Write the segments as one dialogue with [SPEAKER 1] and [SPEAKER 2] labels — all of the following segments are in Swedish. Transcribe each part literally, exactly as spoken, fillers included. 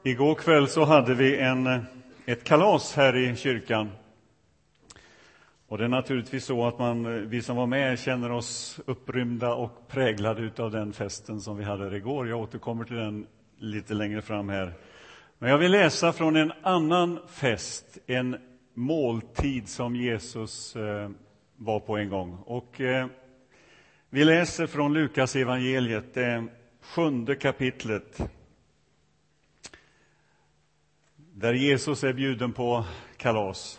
[SPEAKER 1] Igår kväll så hade vi en, ett kalas här i kyrkan. Och det är naturligtvis så att man, vi som var med känner oss upprymda och präglade av den festen som vi hade igår. Jag återkommer till den lite längre fram här. Men jag vill läsa från en annan fest, en måltid som Jesus eh, var på en gång. Och eh, vi läser från Lukas evangeliet, det sjunde kapitlet. Där Jesus är bjuden på kalas.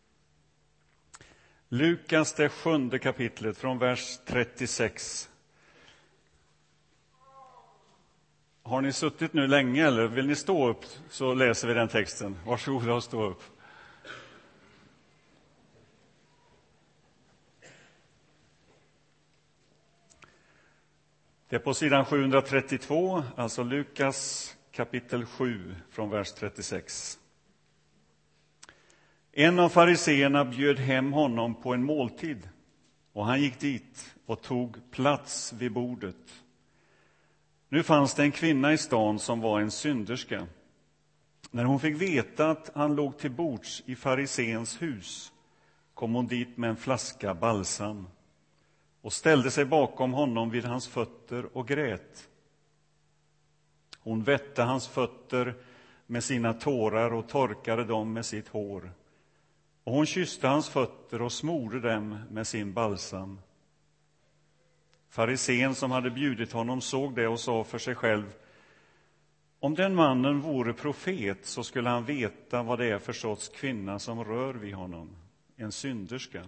[SPEAKER 1] Lukas, det sjunde kapitlet, från vers trettiosex. Har ni suttit nu länge eller vill ni stå upp så läser vi den texten. Varsågoda och stå upp. Det är på sidan sjuhundratrettiotvå, alltså Lukas kapitel sju från vers trettiosex. En av fariseerna bjöd hem honom på en måltid, och han gick dit och tog plats vid bordet. Nu fanns det en kvinna i stan som var en synderska. När hon fick veta att han låg till bords i fariseens hus kom hon dit med en flaska balsam och ställde sig bakom honom vid hans fötter och grät. Hon vätte hans fötter med sina tårar och torkade dem med sitt hår. Och hon kysste hans fötter och smorde dem med sin balsam. Farisén som hade bjudit honom såg det och sa för sig själv: om den mannen vore profet så skulle han veta vad det är för sorts kvinna som rör vid honom, en synderska.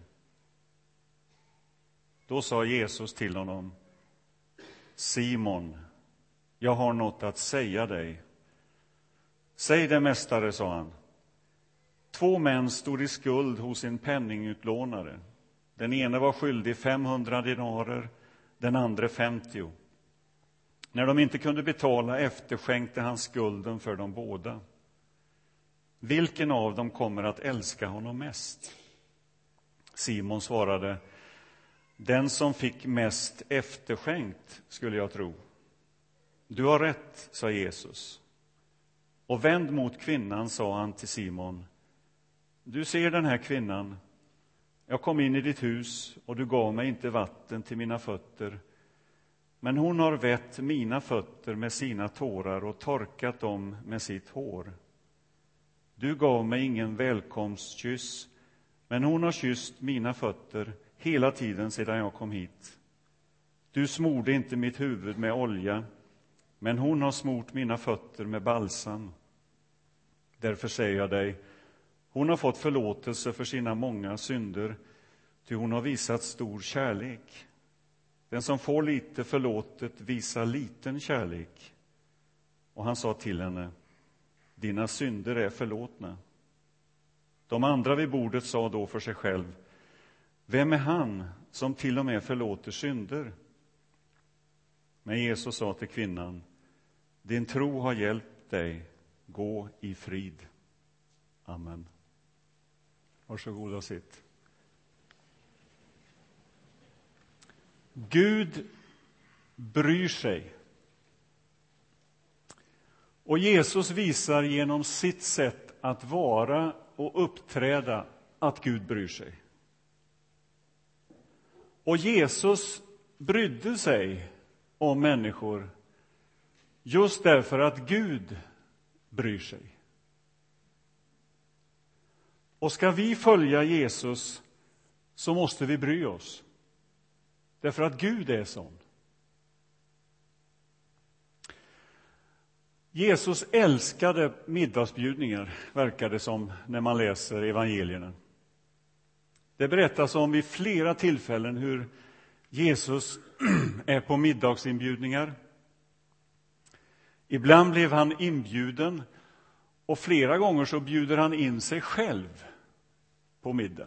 [SPEAKER 1] Då sa Jesus till honom: Simon, jag har något att säga dig. Säg det, mästare, sa han. Två män stod i skuld hos en penningutlånare. Den ene var skyldig femhundra dinarer, den andra femtio. När de inte kunde betala efterskänkte han skulden för dem båda. Vilken av dem kommer att älska honom mest? Simon svarade: den som fick mest efterskänkt, skulle jag tro. Du har rätt, sa Jesus. Och vänd mot kvinnan, sa han till Simon. Du ser den här kvinnan. Jag kom in i ditt hus och du gav mig inte vatten till mina fötter. Men hon har vätt mina fötter med sina tårar och torkat dem med sitt hår. Du gav mig ingen välkomstkyss, men hon har kysst mina fötter hela tiden sedan jag kom hit. Du smorde inte mitt huvud med olja, men hon har smort mina fötter med balsam. Därför säger jag dig, hon har fått förlåtelse för sina många synder, ty hon har visat stor kärlek. Den som får lite förlåtet visar liten kärlek. Och han sa till henne: dina synder är förlåtna. De andra vid bordet sa då för sig själv: vem är han som till och med förlåter synder? Men Jesus sa till kvinnan: din tro har hjälpt dig, gå i frid. Amen. Varsågod och sitt. Gud bryr sig. Och Jesus visar genom sitt sätt att vara och uppträda att Gud bryr sig. Och Jesus brydde sig om människor just därför att Gud bryr sig. Och ska vi följa Jesus så måste vi bry oss. Därför att Gud är sån. Jesus älskade middagsbjudningar, verkar det som när man läser evangelierna. Det berättas om vid flera tillfällen hur Jesus är på middagsinbjudningar. Ibland blev han inbjuden och flera gånger så bjuder han in sig själv på middag.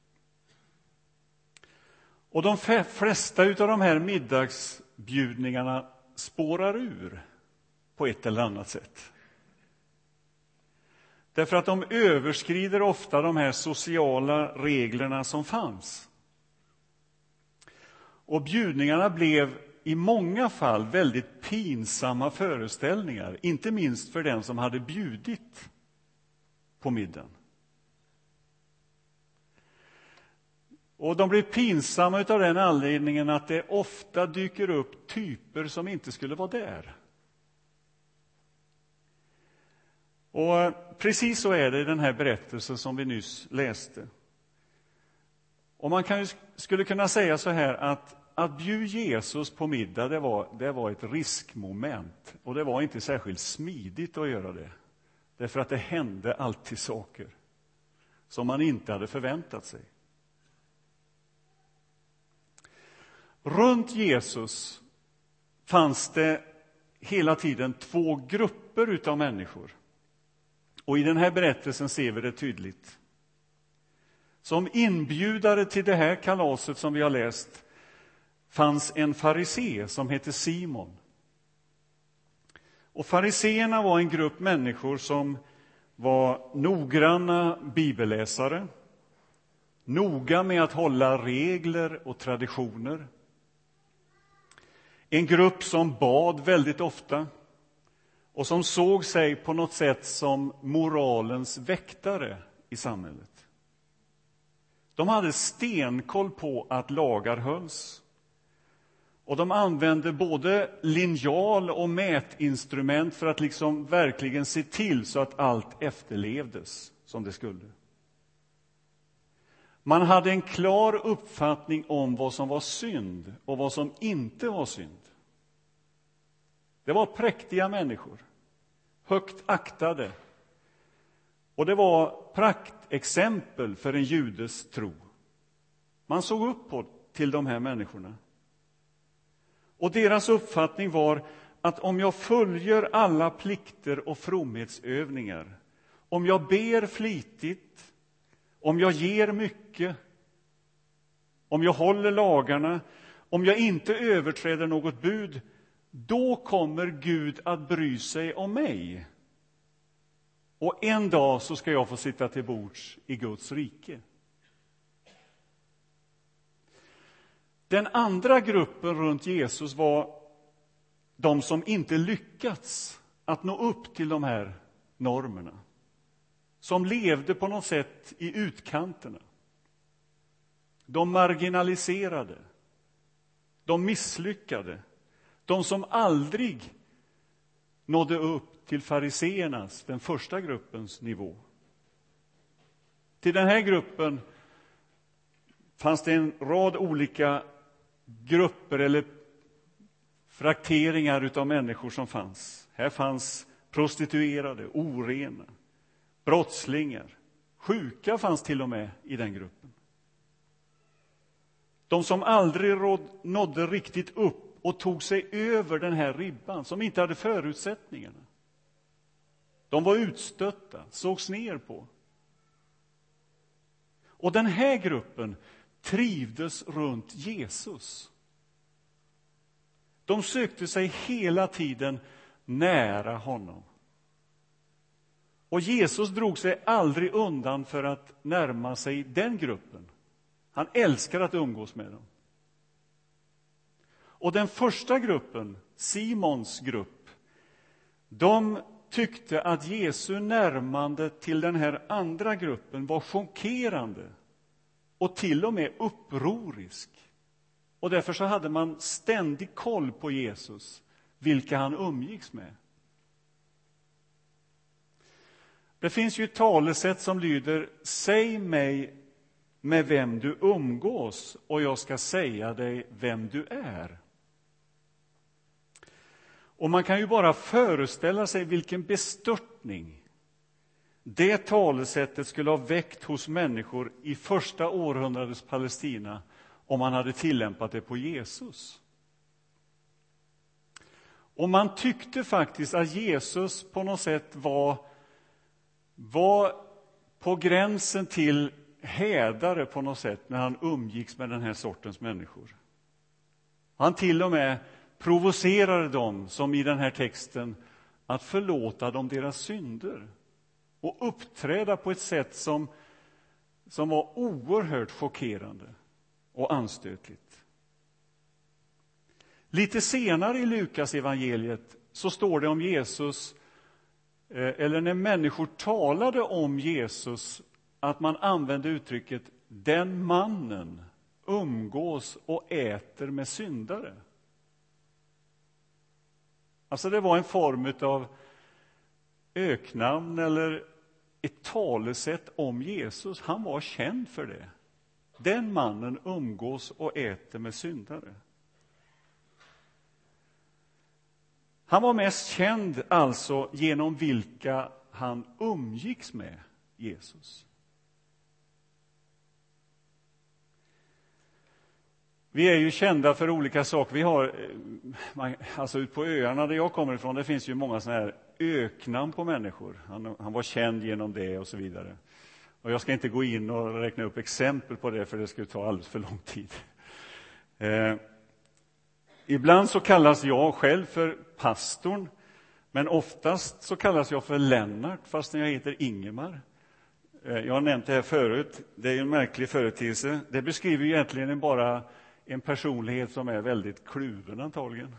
[SPEAKER 1] Och de flesta av de här middagsbjudningarna spårar ur på ett eller annat sätt. Därför att de överskrider ofta de här sociala reglerna som fanns. Och bjudningarna blev i många fall väldigt pinsamma föreställningar, inte minst för den som hade bjudit på middagen. Och de blir pinsamma av den anledningen att det ofta dyker upp typer som inte skulle vara där. Och precis så är det i den här berättelsen som vi nyss läste. Och man kan, skulle kunna säga så här att att bjuda Jesus på middag, det var, det var ett riskmoment. Och det var inte särskilt smidigt att göra det. Därför att det hände alltid saker som man inte hade förväntat sig. Runt Jesus fanns det hela tiden två grupper utav människor. Och i den här berättelsen ser vi det tydligt. Som inbjudare till det här kalaset som vi har läst fanns en farisé som hette Simon. Och fariséerna var en grupp människor som var noggranna bibelläsare, noga med att hålla regler och traditioner. En grupp som bad väldigt ofta och som såg sig på något sätt som moralens väktare i samhället. De hade stenkoll på att lagar hölls. Och de använde både linjal och mätinstrument för att liksom verkligen se till så att allt efterlevdes som det skulle. Man hade en klar uppfattning om vad som var synd och vad som inte var synd. Det var präktiga människor, högt aktade. Och det var praktexempel för en judes tro. Man såg upp på, till de här människorna. Och deras uppfattning var att om jag följer alla plikter och fromhetsövningar, om jag ber flitigt, om jag ger mycket, om jag håller lagarna, om jag inte överträder något bud, då kommer Gud att bry sig om mig. Och en dag så ska jag få sitta till bords i Guds rike. Den andra gruppen runt Jesus var de som inte lyckats att nå upp till de här normerna. Som levde på något sätt i utkanterna. De marginaliserade. De misslyckade. De som aldrig nådde upp till fariseernas, den första gruppens nivå. Till den här gruppen fanns det en rad olika grupper eller frakteringar utav människor som fanns. Här fanns prostituerade, orena, brottslingar. Sjuka fanns till och med i den gruppen. De som aldrig råd, nådde riktigt upp och tog sig över den här ribban, som inte hade förutsättningarna. De var utstötta, sågs ner på. Och den här gruppen trivdes runt Jesus. De sökte sig hela tiden nära honom. Och Jesus drog sig aldrig undan för att närma sig den gruppen. Han älskar att umgås med dem. Och den första gruppen, Simons grupp, de tyckte att Jesu närmande till den här andra gruppen var chockerande och till och med upprorisk. Och därför så hade man ständig koll på Jesus, vilka han umgicks med. Det finns ju ett talesätt som lyder: säg mig med vem du umgås och jag ska säga dig vem du är. Och man kan ju bara föreställa sig vilken bestörtning det talesättet skulle ha väckt hos människor i första århundradets Palestina om man hade tillämpat det på Jesus. Och man tyckte faktiskt att Jesus på något sätt var, var på gränsen till hädare på något sätt när han umgicks med den här sortens människor. Han till och med provocerade dem, som i den här texten, att förlåta dem deras synder och uppträda på ett sätt som, som var oerhört chockerande och anstötligt. Lite senare i Lukas evangeliet så står det om Jesus, eller när människor talade om Jesus, att man använde uttrycket den mannen umgås och äter med syndare. Alltså det var en form av öknamn eller ett talesätt om Jesus. Han var känd för det. Den mannen umgås och äter med syndare. Han var mest känd alltså genom vilka han umgicks med, Jesus. Vi är ju kända för olika saker. Vi har, alltså ut på öarna där jag kommer ifrån, det finns ju många sådana här öknamn på människor. Han, han var känd genom det och så vidare. Och jag ska inte gå in och räkna upp exempel på det, för det skulle ta alldeles för lång tid. Eh, ibland så kallas jag själv för pastorn, men oftast så kallas jag för Lennart, fast jag heter Ingemar. Eh, jag har nämnt det här förut. Det är en märklig företeelse. Det beskriver ju egentligen bara en personlighet som är väldigt kluven antagligen.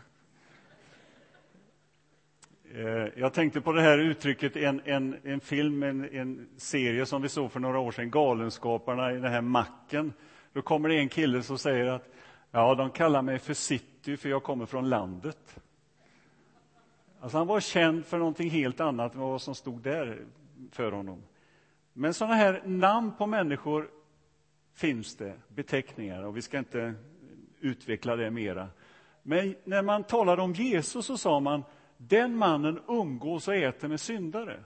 [SPEAKER 1] Jag tänkte på det här uttrycket, en, en, en film, en, en serie som vi såg för några år sedan, Galenskaparna i den här macken. Då kommer det en kille som säger att ja, de kallar mig för City för jag kommer från landet. Alltså han var känd för någonting helt annat än vad som stod där för honom. Men sådana här namn på människor finns det, beteckningar, och vi ska inte utveckla det mera. Men när man talade om Jesus så sa man, den mannen umgås och äter med syndare.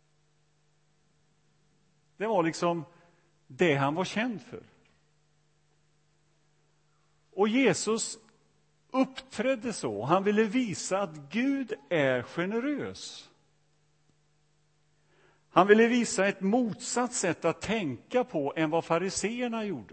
[SPEAKER 1] Det var liksom det han var känd för. Och Jesus uppträdde så. Han ville visa att Gud är generös. Han ville visa ett motsatt sätt att tänka på än vad fariseerna gjorde.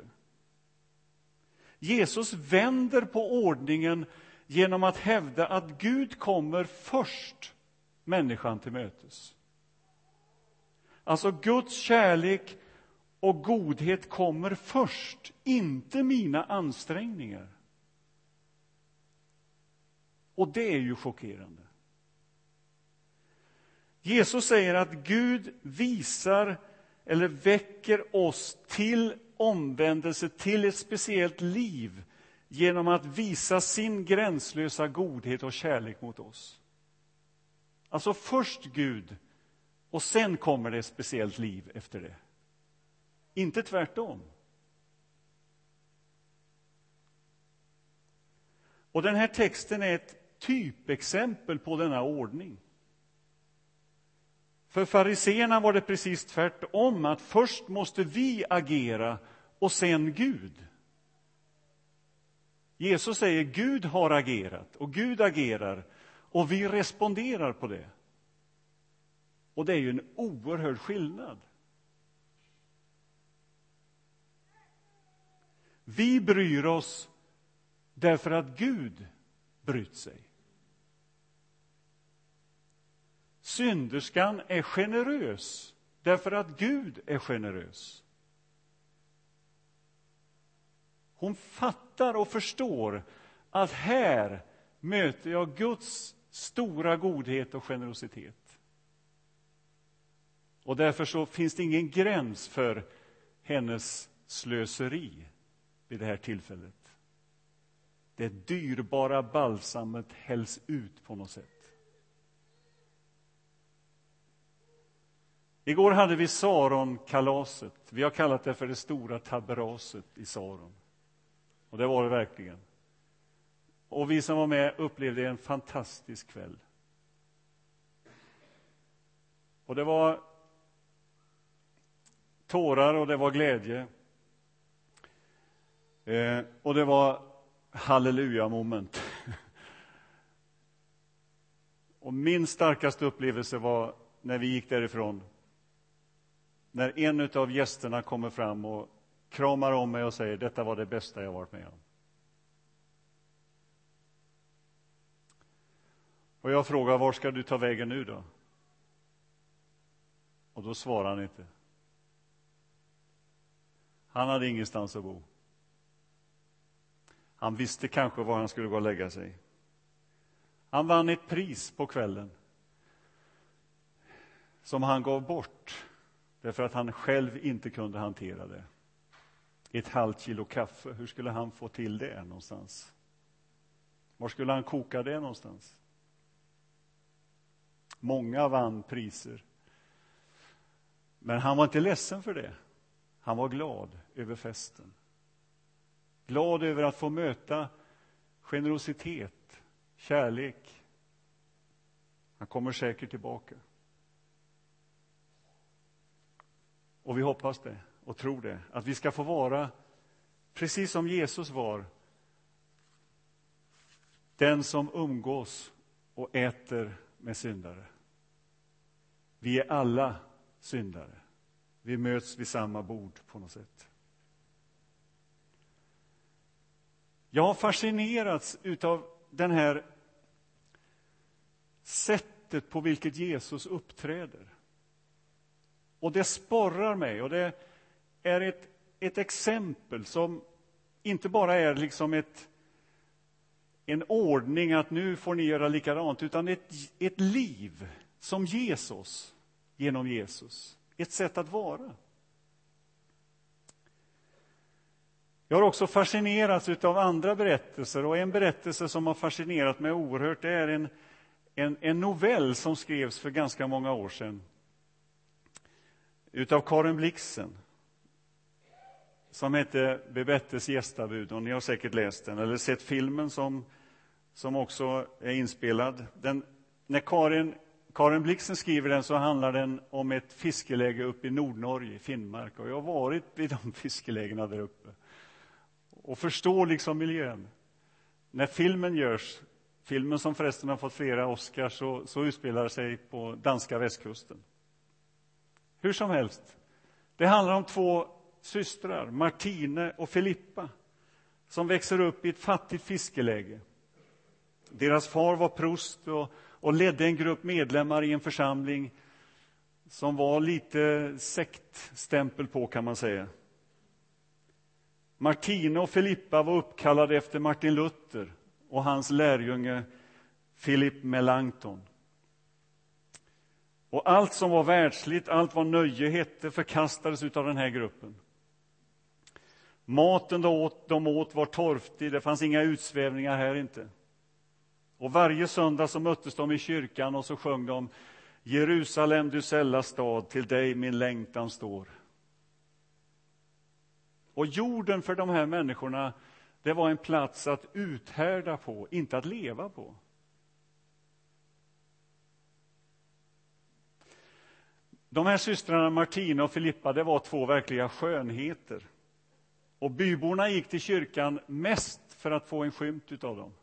[SPEAKER 1] Jesus vänder på ordningen genom att hävda att Gud kommer först människan till mötes. Alltså Guds kärlek och godhet kommer först, inte mina ansträngningar. Och det är ju chockerande. Jesus säger att Gud visar eller väcker oss till omvändelse, till ett speciellt liv, genom att visa sin gränslösa godhet och kärlek mot oss. Alltså först Gud, och sen kommer det ett speciellt liv efter det. Inte tvärtom. Och den här texten är ett typexempel på denna ordning. För fariseerna var det precis tvärtom, att först måste vi agera och sen Gud. Jesus säger Gud har agerat och Gud agerar och vi responderar på det. Och det är ju en oerhörd skillnad. Vi bryr oss därför att Gud brytt sig. Synderskan är generös därför att Gud är generös. Hon fattar och förstår att här möter jag Guds stora godhet och generositet. Och därför så finns det ingen gräns för hennes slöseri vid det här tillfället. Det dyrbara balsamet hälls ut på något sätt. Igår hade vi Saron-kalaset. Vi har kallat det för det stora taberaset i Saron. Och det var det verkligen. Och vi som var med upplevde en fantastisk kväll. Och det var tårar och det var glädje. Eh, och det var halleluja-moment. Och min starkaste upplevelse var när vi gick därifrån. När en av gästerna kommer fram och kramar om mig och säger detta var det bästa jag varit med om. Och jag frågar, var ska du ta vägen nu då? Och då svarar han inte. Han hade ingenstans att bo. Han visste kanske var han skulle gå och lägga sig. Han vann ett pris på kvällen som han gav bort därför att han själv inte kunde hantera det. Ett halvt kilo kaffe, hur skulle han få till det någonstans? Var skulle han koka det någonstans? Många vann priser. Men han var inte ledsen för det. Han var glad över festen. Glad över att få möta generositet, kärlek. Han kommer säkert tillbaka. Och vi hoppas det och tror det. Att vi ska få vara, precis som Jesus var, den som umgås och äter med syndare. Vi är alla syndare. Vi möts vid samma bord på något sätt. Jag har fascinerats utav den här sättet på vilket Jesus uppträder. Och det sporrar mig, och det är ett, ett exempel som inte bara är liksom ett, en ordning att nu får ni göra likadant, utan ett, ett liv som Jesus, genom Jesus. Ett sätt att vara. Jag har också fascinerats av andra berättelser, och en berättelse som har fascinerat mig oerhört, det är en, en, en novell som skrevs för ganska många år sedan utav Karen Blixen, som heter Bebettes gästabud, och ni har säkert läst den eller sett filmen som, som också är inspelad. Den, när Karin, Karen Blixen skriver den så handlar den om ett fiskeläge uppe i Nordnorge, i Finnmark, och jag har varit vid de fiskelägena där uppe och förstår liksom miljön. När filmen görs, filmen som förresten har fått flera Oscars, så, så utspelar sig på danska västkusten. Hur som helst, det handlar om två systrar, Martine och Filippa, som växer upp i ett fattigt fiskeläge. Deras far var prost och, och ledde en grupp medlemmar i en församling som var lite sektstämpel på, kan man säga. Martine och Filippa var uppkallade efter Martin Luther och hans lärjunge Philip Melanchthon. Och allt som var världsligt, allt vad nöje hette, förkastades av den här gruppen. Maten de åt, de åt var torftig, det fanns inga utsvävningar här inte. Och varje söndag så möttes de i kyrkan och så sjöng de: Jerusalem, du sälla stad, till dig min längtan står. Och jorden för de här människorna, det var en plats att uthärda på, inte att leva på. De här systrarna Martina och Filippa, det var två verkliga skönheter. Och byborna gick till kyrkan mest för att få en skymt utav dem.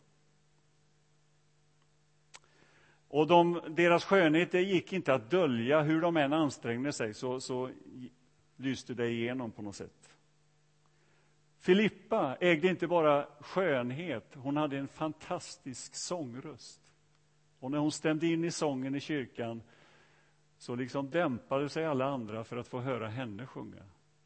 [SPEAKER 1] Och de, deras skönhet, det gick inte att dölja. Hur de än ansträngde sig så, så lyste det igenom på något sätt. Filippa ägde inte bara skönhet, hon hade en fantastisk sångröst. Och när hon stämde in i sången i kyrkan så liksom dämpade sig alla andra för att få höra henne sjunga.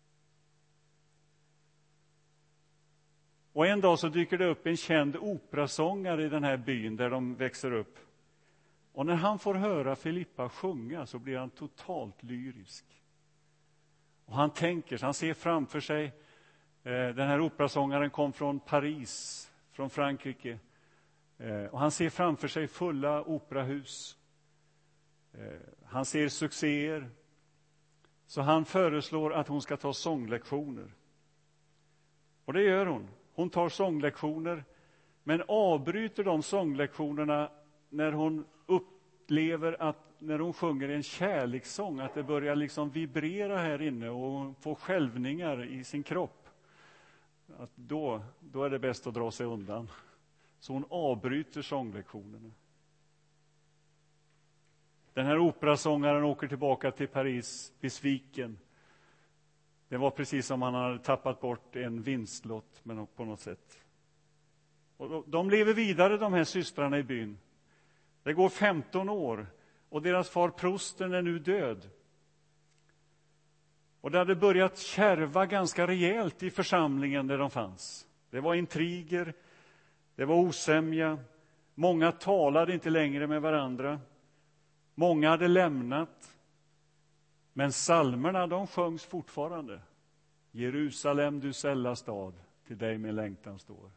[SPEAKER 1] Och en dag så dyker det upp en känd operasångare i den här byn där de växer upp. Och när han får höra Filippa sjunga så blir han totalt lyrisk. Och han tänker, han ser framför sig, eh, den här operasångaren kom från Paris, från Frankrike. Eh, och han ser framför sig fulla operahus. Eh, han ser succéer. Så han föreslår att hon ska ta sånglektioner. Och det gör hon. Hon tar sånglektioner, men avbryter de sånglektionerna när hon upplever att när hon sjunger en kärlekssång att det börjar liksom vibrera här inne och hon får skälvningar i sin kropp. Att då, då är det bäst att dra sig undan. Så hon avbryter sånglektionerna. Den här operasångaren åker tillbaka till Paris besviken. Det var precis som han hade tappat bort en vinstlott men på något sätt. Och de lever vidare, de här systrarna i byn. Det går femton år och deras far prosten är nu död. Och det hade börjat kärva ganska rejält i församlingen där de fanns. Det var intriger, det var osämja Många talade inte längre med varandra. Många hade lämnat. Men psalmerna, de sjöngs fortfarande. Jerusalem, du sälla stad, till dig min längtan står.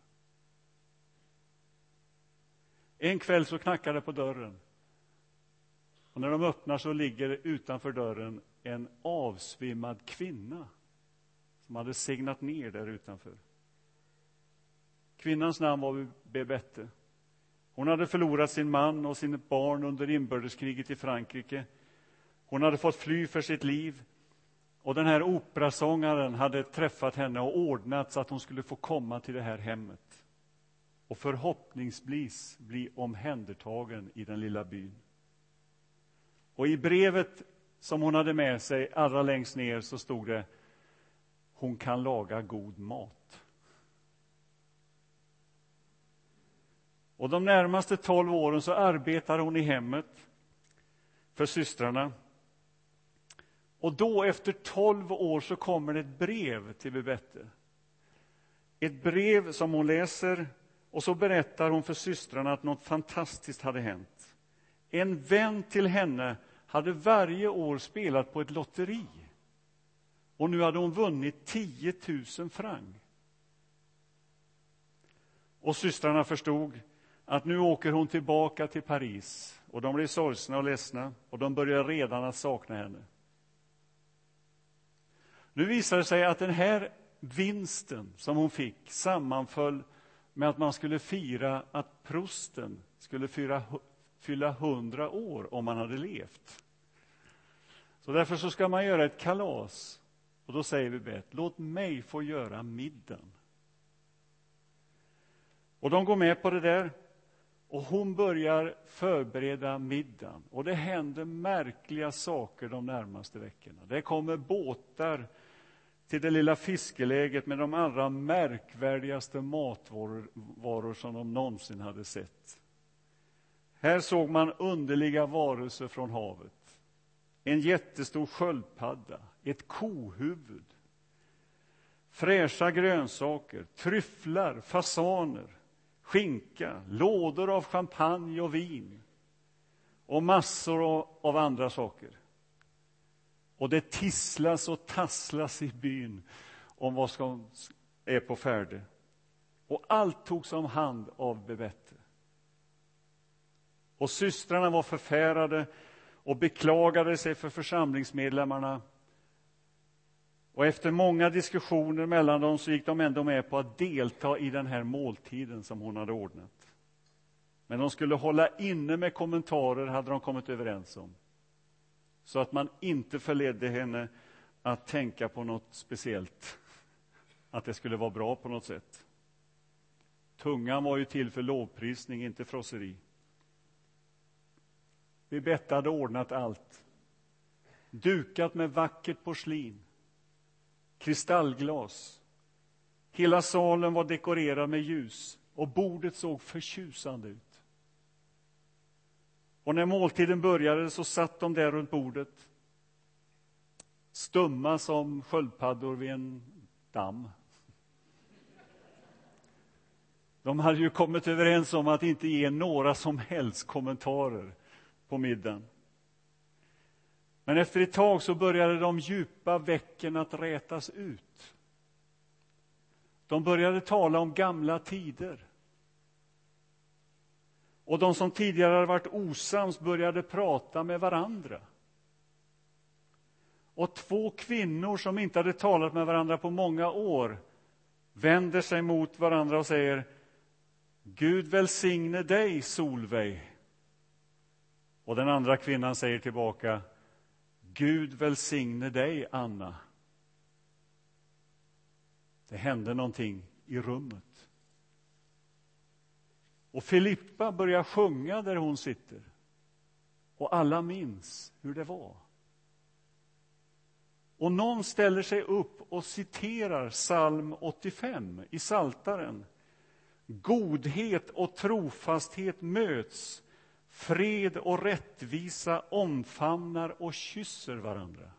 [SPEAKER 1] En kväll så knackade det på dörren. Och när de öppnar så ligger utanför dörren en avsvimmad kvinna som hade segnat ner där utanför. Kvinnans namn var Bebette. Hon hade förlorat sin man och sin barn under inbördeskriget i Frankrike. Hon hade fått fly för sitt liv. Och den här operasångaren hade träffat henne och ordnat så att hon skulle få komma till det här hemmet. Och förhoppningsvis bli omhändertagen i den lilla byn. Och i brevet som hon hade med sig allra längst ner så stod det: hon kan laga god mat. Och de närmaste tolv åren så arbetar hon i hemmet för systrarna. Och då efter tolv år så kommer det ett brev till Bebette. Ett brev som hon läser, och så berättar hon för systrarna att något fantastiskt hade hänt. En vän till henne hade varje år spelat på ett lotteri. Och nu hade hon vunnit tio tusen franc. Och systrarna förstod att nu åker hon tillbaka till Paris. Och de blev sorgsna och ledsna. Och de började redan att sakna henne. Nu visar det sig att den här vinsten som hon fick sammanföll med att man skulle fira att prosten skulle fyra, fylla hundra år om man hade levt. Så därför så ska man göra ett kalas. Och då säger vi bet, låt mig få göra middagen. Och de går med på det där. Och hon börjar förbereda middagen. Och det händer märkliga saker de närmaste veckorna. Det kommer båtar till det lilla fiskeläget med de allra märkvärdigaste matvaror varor som de någonsin hade sett. Här såg man underliga varelser från havet. En jättestor sköldpadda, ett kohuvud, fräscha grönsaker, tryfflar, fasaner, skinka, lådor av champagne och vin och massor av andra saker. Och det tisslas och tasslas i byn om vad som är på färde. Och allt togs om hand av Bebette. Och systrarna var förfärade och beklagade sig för församlingsmedlemmarna. Och efter många diskussioner mellan dem så gick de ändå med på att delta i den här måltiden som hon hade ordnat. Men de skulle hålla inne med kommentarer, hade de kommit överens om. Så att man inte förledde henne att tänka på något speciellt. Att det skulle vara bra på något sätt. Tungan var ju till för lovprisning, inte frosseri. Bebette hade ordnat allt. Dukat med vackert porslin. Kristallglas. Hela salen var dekorerad med ljus. Och bordet såg förtjusande ut. Och när måltiden började så satt de där runt bordet. Stumma som sköldpaddor vid en damm. De hade ju kommit överens om att inte ge några som helst kommentarer på middagen. Men efter ett tag så började de djupa vecken att rätas ut. De började tala om gamla tider. Och de som tidigare hade varit osams började prata med varandra. Och två kvinnor som inte hade talat med varandra på många år vänder sig mot varandra och säger: Gud välsigne dig, Solveig. Och den andra kvinnan säger tillbaka: Gud välsigne dig, Anna. Det hände någonting i rummet. Och Filippa börjar sjunga där hon sitter. Och alla minns hur det var. Och någon ställer sig upp och citerar psalm åttiofem i Psaltaren. Godhet och trofasthet möts. Fred och rättvisa omfamnar och kysser varandra.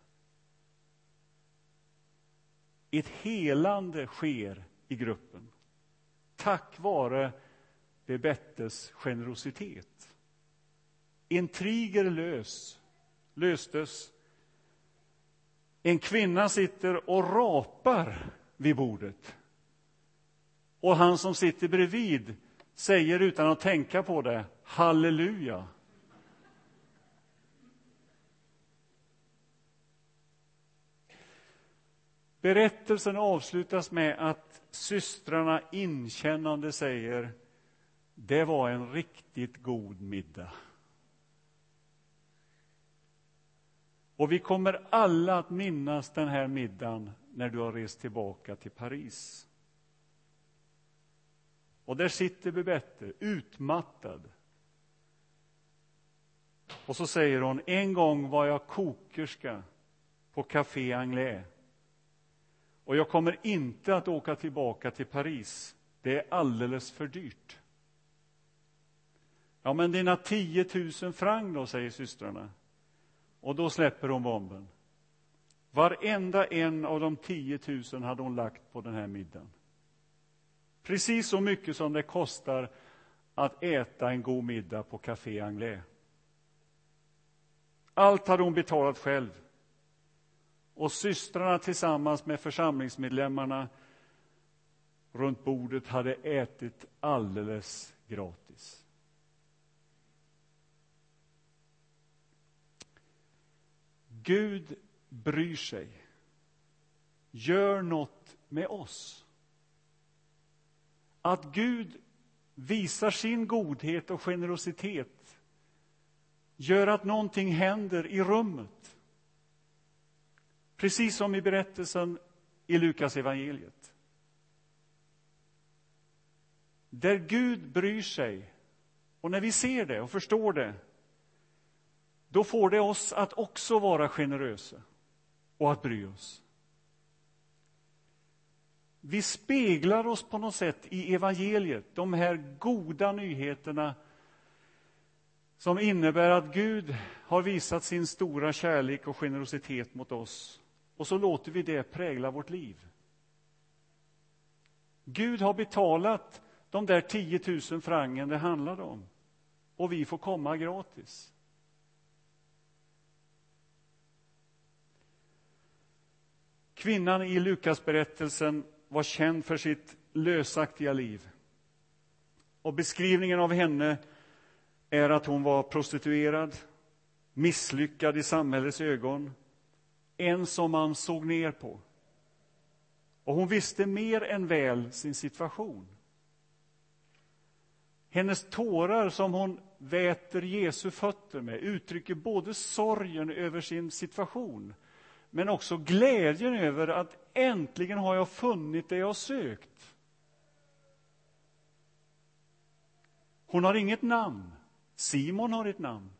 [SPEAKER 1] Ett helande sker i gruppen. Tack vare Bebettes generositet. Intriger lös, löstes. En kvinna sitter och rapar vid bordet. Och han som sitter bredvid säger utan att tänka på det: halleluja. Berättelsen avslutas med att systrarna inkännande säger: det var en riktigt god middag. Och vi kommer alla att minnas den här middagen när du har rest tillbaka till Paris. Och där sitter Bebette, utmattad. Och så säger hon: en gång var jag kokerska på Café Anglais. Och jag kommer inte att åka tillbaka till Paris. Det är alldeles för dyrt. Ja, men dina tio tusen franc då, säger systrarna. Och då släpper hon bomben. Varenda en av de tio tusen hade hon lagt på den här middagen. Precis så mycket som det kostar att äta en god middag på Café Anglais. Allt hade hon betalat själv. Och systrarna tillsammans med församlingsmedlemmarna runt bordet hade ätit alldeles gratis. Gud bryr sig. Gör något med oss. Att Gud visar sin godhet och generositet gör att någonting händer i rummet. Precis som i berättelsen i Lukas evangeliet. Där Gud bryr sig, och när vi ser det och förstår det, då får det oss att också vara generösa och att bry oss. Vi speglar oss på något sätt i evangeliet, de här goda nyheterna som innebär att Gud har visat sin stora kärlek och generositet mot oss. Och så låter vi det prägla vårt liv. Gud har betalat de där tio tusen frangen det handlade om. Och vi får komma gratis. Kvinnan i Lukas-berättelsen var känd för sitt lösaktiga liv. Och beskrivningen av henne är att hon var prostituerad, misslyckad i samhällets ögon, en som man såg ner på. Och hon visste mer än väl sin situation. Hennes tårar som hon väter Jesu fötter med uttrycker både sorgen över sin situation, men också glädjen över att äntligen har jag funnit det jag sökt. Hon har inget namn. Simon har ett namn.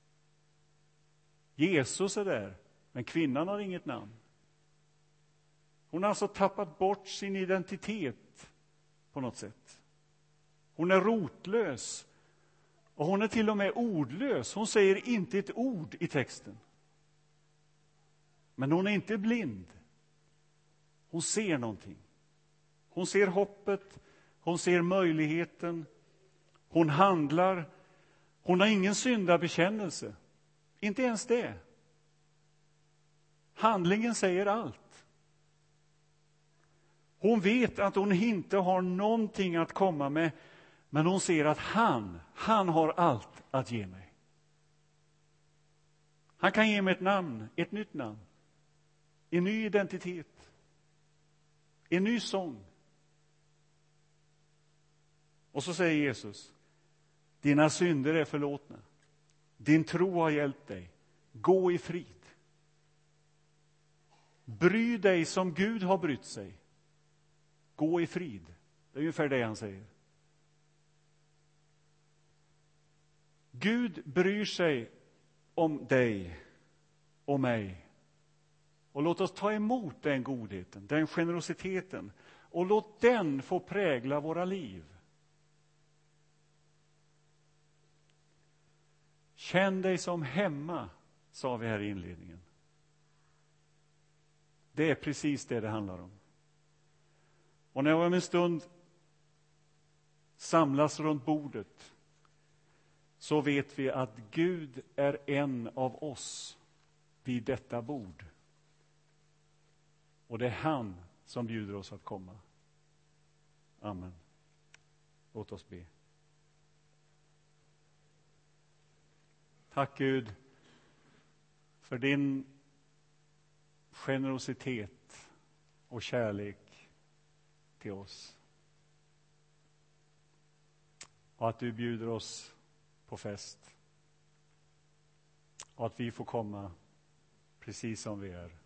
[SPEAKER 1] Jesus är där, men kvinnan har inget namn. Hon har alltså tappat bort sin identitet på något sätt. Hon är rotlös. Och hon är till och med ordlös. Hon säger inte ett ord i texten. Men hon är inte blind. Hon ser någonting. Hon ser hoppet. Hon ser möjligheten. Hon handlar. Hon har ingen syndabekännelse. Inte ens det. Handlingen säger allt. Hon vet att hon inte har någonting att komma med. Men hon ser att han, han har allt att ge mig. Han kan ge mig ett namn, ett nytt namn. En ny identitet. En ny sång. Och så säger Jesus: dina synder är förlåtna. Din tro har hjälpt dig. Gå i frid. Bry dig som Gud har brytt sig. Gå i frid. Det är ungefär det han säger. Gud bryr sig om dig och mig. Och låt oss ta emot den godheten, den generositeten. Och låt den få prägla våra liv. Känn dig som hemma, sa vi här i inledningen. Det är precis det det handlar om. Och när jag om en stund samlas runt bordet, så vet vi att Gud är en av oss vid detta bord. Och det är han som bjuder oss att komma. Amen. Låt oss be. Tack Gud för din generositet och kärlek till oss. Och att du bjuder oss på fest. Och att vi får komma precis som vi är.